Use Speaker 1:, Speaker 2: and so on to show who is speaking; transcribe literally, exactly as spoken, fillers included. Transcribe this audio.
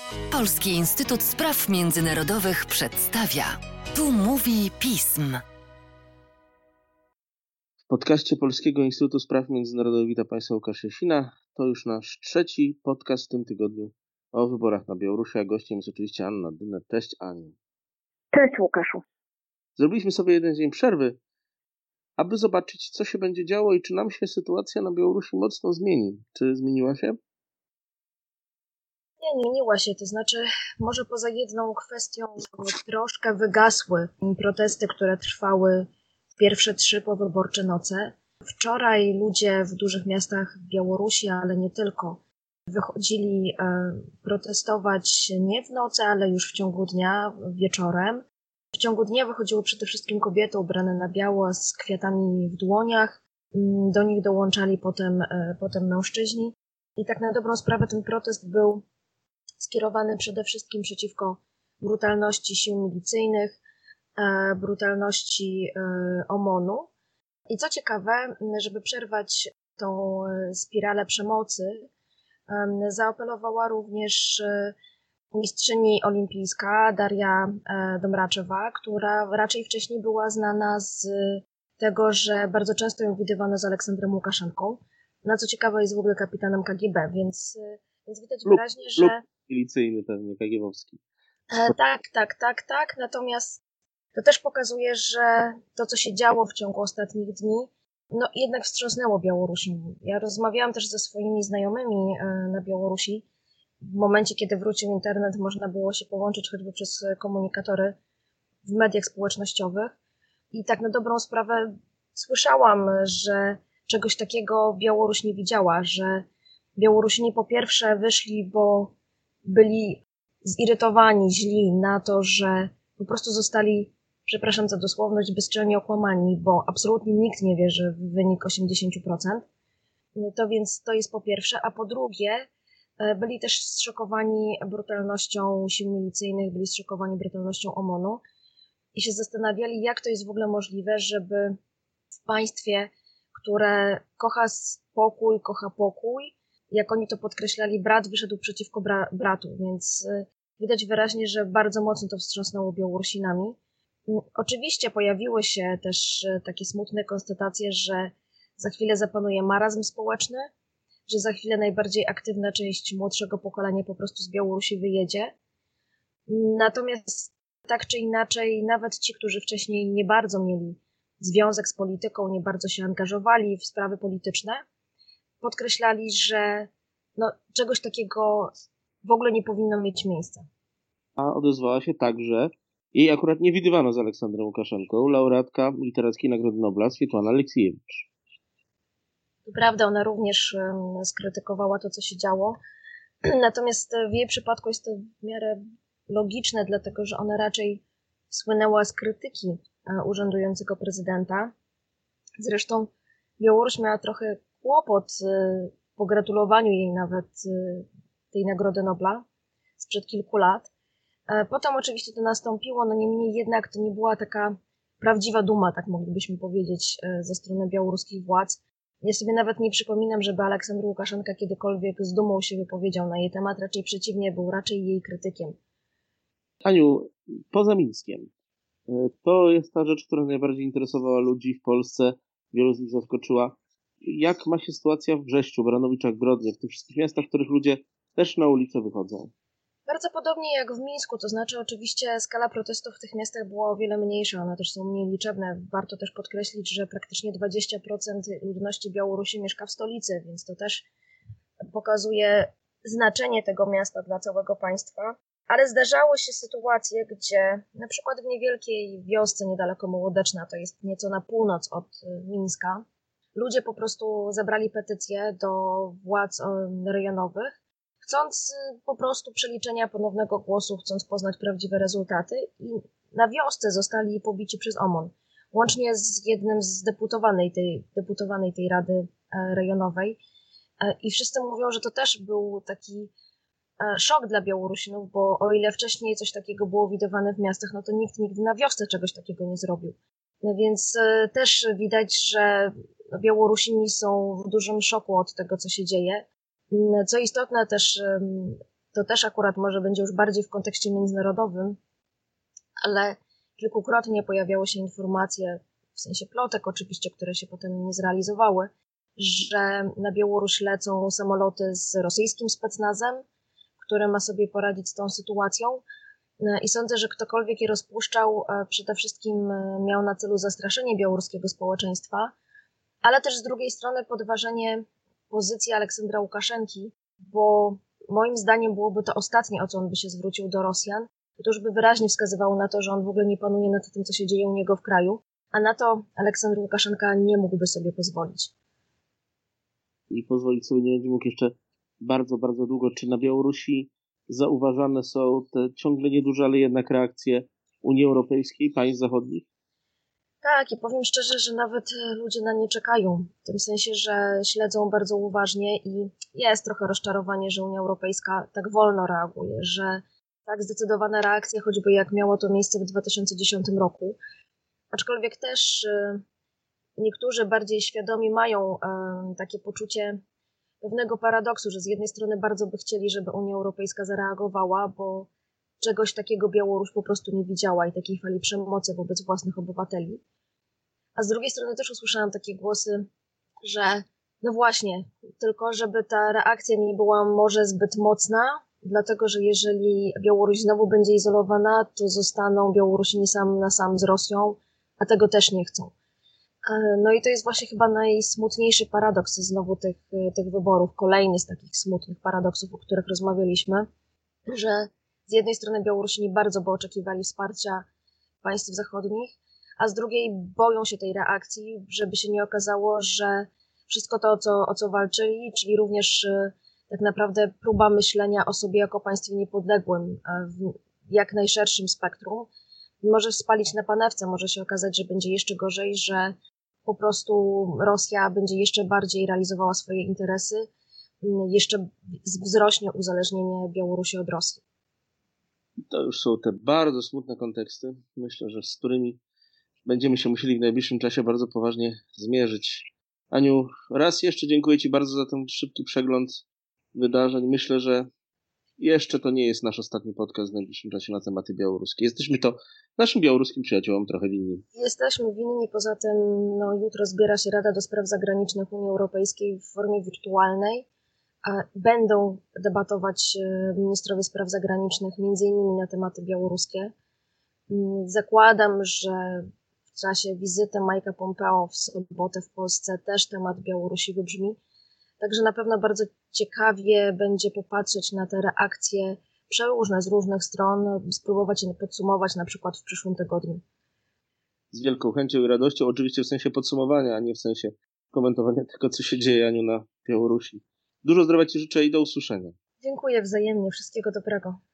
Speaker 1: Polski Instytut Spraw Międzynarodowych przedstawia. Tu mówi pism.
Speaker 2: W podcaście Polskiego Instytutu Spraw Międzynarodowych witam Państwa Łukasz Jasina. To już nasz trzeci podcast w tym tygodniu o wyborach na Białorusi, a gościem jest oczywiście Anna Dynner. Cześć Aniu.
Speaker 3: Cześć Łukaszu.
Speaker 2: Zrobiliśmy sobie jeden dzień przerwy, aby zobaczyć, co się będzie działo i czy nam się sytuacja na Białorusi mocno zmieni. Czy zmieniła się?
Speaker 3: Nie, nie zmieniła się, to znaczy może poza jedną kwestią troszkę wygasły protesty, które trwały pierwsze trzy powyborcze noce. Wczoraj ludzie w dużych miastach Białorusi, ale nie tylko, wychodzili protestować nie w nocy, ale już w ciągu dnia, wieczorem. W ciągu dnia wychodziły przede wszystkim kobiety ubrane na biało z kwiatami w dłoniach. Do nich dołączali potem, potem mężczyźni. I tak na dobrą sprawę ten protest był skierowany przede wszystkim przeciwko brutalności sił milicyjnych, brutalności O M O N-u. I co ciekawe, żeby przerwać tą spiralę przemocy, zaapelowała również mistrzyni olimpijska Daria Domraczewa, która raczej wcześniej była znana z tego, że bardzo często ją widywano z Aleksandrem Łukaszenką, na co ciekawe jest w ogóle kapitanem K G B, więc, więc widać
Speaker 2: Lub,
Speaker 3: wyraźnie, że...
Speaker 2: Lub milicyjny pewnie, kagiebowski.
Speaker 3: E, tak, tak, tak, tak, natomiast to też pokazuje, że to, co się działo w ciągu ostatnich dni, no jednak wstrząsnęło Białorusią. Ja rozmawiałam też ze swoimi znajomymi na Białorusi. W momencie, kiedy wrócił internet, można było się połączyć choćby przez komunikatory w mediach społecznościowych. I tak na dobrą sprawę słyszałam, że czegoś takiego Białoruś nie widziała, że Białorusini po pierwsze wyszli, bo byli zirytowani, źli na to, że po prostu zostali, przepraszam za dosłowność, bezczelnie okłamani, bo absolutnie nikt nie wierzy w wynik osiemdziesiąt procent. To więc to jest po pierwsze, a po drugie byli też zszokowani brutalnością sił milicyjnych, byli zszokowani brutalnością O M O N-u i się zastanawiali, jak to jest w ogóle możliwe, żeby w państwie, które kocha spokój, kocha pokój, jak oni to podkreślali, brat wyszedł przeciwko bra- bratu, więc widać wyraźnie, że bardzo mocno to wstrząsnęło Białorusinami. Oczywiście pojawiły się też takie smutne konstatacje, że za chwilę zapanuje marazm społeczny, że za chwilę najbardziej aktywna część młodszego pokolenia po prostu z Białorusi wyjedzie. Natomiast tak czy inaczej, nawet ci, którzy wcześniej nie bardzo mieli związek z polityką, nie bardzo się angażowali w sprawy polityczne, podkreślali, że no, czegoś takiego w ogóle nie powinno mieć miejsca.
Speaker 2: A odezwała się także, jej akurat nie widywano z Aleksandrem Łukaszenką, laureatka Literackiej Nagrody Nobla Swietłana Aleksijewicz.
Speaker 3: To prawda, ona również um, skrytykowała to, co się działo, natomiast w jej przypadku jest to w miarę logiczne, dlatego że ona raczej słynęła z krytyki uh, urzędującego prezydenta. Zresztą Białoruś miała trochę kłopot uh, po gratulowaniu jej nawet uh, tej Nagrody Nobla sprzed kilku lat. Uh, potem oczywiście to nastąpiło, no niemniej jednak to nie była taka prawdziwa duma, tak moglibyśmy powiedzieć, uh, ze strony białoruskich władz. Ja sobie nawet nie przypominam, żeby Aleksander Łukaszenka kiedykolwiek z dumą się wypowiedział na jej temat, raczej przeciwnie, był raczej jej krytykiem.
Speaker 2: Aniu, poza Mińskiem, to jest ta rzecz, która najbardziej interesowała ludzi w Polsce, wielu z nich zaskoczyła. Jak ma się sytuacja w Brześciu, Baranowiczach, Grodnie, w tych wszystkich miastach, w których ludzie też na ulicę wychodzą?
Speaker 3: Bardzo podobnie jak w Mińsku, to znaczy oczywiście skala protestów w tych miastach była o wiele mniejsza, one też są mniej liczebne. Warto też podkreślić, że praktycznie dwadzieścia procent ludności Białorusi mieszka w stolicy, więc to też pokazuje znaczenie tego miasta dla całego państwa. Ale zdarzały się sytuacje, gdzie na przykład w niewielkiej wiosce niedaleko Mołodeczna, to jest nieco na północ od Mińska, ludzie po prostu zebrali petycję do władz rejonowych, chcąc po prostu przeliczenia ponownego głosu, chcąc poznać prawdziwe rezultaty i na wiosce zostali pobici przez O M O N, łącznie z jednym z deputowanej tej, deputowanej tej Rady Rejonowej. I wszyscy mówią, że to też był taki szok dla Białorusinów, bo o ile wcześniej coś takiego było widywane w miastach, no to nikt nigdy na wiosce czegoś takiego nie zrobił. Więc też widać, że Białorusini są w dużym szoku od tego, co się dzieje. Co istotne, też to też akurat może będzie już bardziej w kontekście międzynarodowym, ale kilkukrotnie pojawiały się informacje, w sensie plotek oczywiście, które się potem nie zrealizowały, że na Białoruś lecą samoloty z rosyjskim specnazem, który ma sobie poradzić z tą sytuacją. I sądzę, że ktokolwiek je rozpuszczał, przede wszystkim miał na celu zastraszenie białoruskiego społeczeństwa, ale też z drugiej strony podważenie pozycji Aleksandra Łukaszenki, bo moim zdaniem byłoby to ostatnie, o co on by się zwrócił do Rosjan. To już by wyraźnie wskazywało na to, że on w ogóle nie panuje nad tym, co się dzieje u niego w kraju, a na to Aleksandr Łukaszenka nie mógłby sobie pozwolić.
Speaker 2: I pozwolić sobie nie będzie mógł jeszcze bardzo, bardzo długo. Czy na Białorusi zauważane są te ciągle nieduże, ale jednak reakcje Unii Europejskiej, państw zachodnich?
Speaker 3: Tak, i powiem szczerze, że nawet ludzie na nie czekają, w tym sensie, że śledzą bardzo uważnie i jest trochę rozczarowanie, że Unia Europejska tak wolno reaguje, że tak zdecydowana reakcja, choćby jak miało to miejsce w dwa tysiące dziesiątym roku. Aczkolwiek też niektórzy bardziej świadomi mają takie poczucie pewnego paradoksu, że z jednej strony bardzo by chcieli, żeby Unia Europejska zareagowała, bo czegoś takiego Białoruś po prostu nie widziała i takiej fali przemocy wobec własnych obywateli. A z drugiej strony też usłyszałam takie głosy, że no właśnie, tylko żeby ta reakcja nie była może zbyt mocna, dlatego że jeżeli Białoruś znowu będzie izolowana, to zostaną Białorusini sam na sam z Rosją, a tego też nie chcą. No i to jest właśnie chyba najsmutniejszy paradoks znowu tych, tych wyborów, kolejny z takich smutnych paradoksów, o których rozmawialiśmy, że z jednej strony Białorusini bardzo by oczekiwali wsparcia państw zachodnich, a z drugiej boją się tej reakcji, żeby się nie okazało, że wszystko to, o co, o co walczyli, czyli również tak naprawdę próba myślenia o sobie jako państwie niepodległym w jak najszerszym spektrum, może spalić na panewce, może się okazać, że będzie jeszcze gorzej, że po prostu Rosja będzie jeszcze bardziej realizowała swoje interesy, jeszcze wzrośnie uzależnienie Białorusi od Rosji.
Speaker 2: To już są te bardzo smutne konteksty, myślę, że z którymi będziemy się musieli w najbliższym czasie bardzo poważnie zmierzyć. Aniu, raz jeszcze dziękuję Ci bardzo za ten szybki przegląd wydarzeń. Myślę, że jeszcze to nie jest nasz ostatni podcast w najbliższym czasie na tematy białoruskie. Jesteśmy to naszym białoruskim przyjaciołom trochę winni.
Speaker 3: Jesteśmy winni, poza tym no, jutro zbiera się Rada do Spraw Zagranicznych Unii Europejskiej w formie wirtualnej. Będą debatować ministrowie spraw zagranicznych między innymi na tematy białoruskie. Zakładam, że w czasie wizyty Mike'a Pompeo w sobotę w Polsce też temat Białorusi wybrzmi. Także na pewno bardzo ciekawie będzie popatrzeć na te reakcje przeróżne z różnych stron, spróbować je podsumować na przykład w przyszłym tygodniu.
Speaker 2: Z wielką chęcią i radością, oczywiście w sensie podsumowania, a nie w sensie komentowania tego, co się dzieje, Aniu, na Białorusi. Dużo zdrowia Ci życzę i do usłyszenia.
Speaker 3: Dziękuję wzajemnie. Wszystkiego dobrego.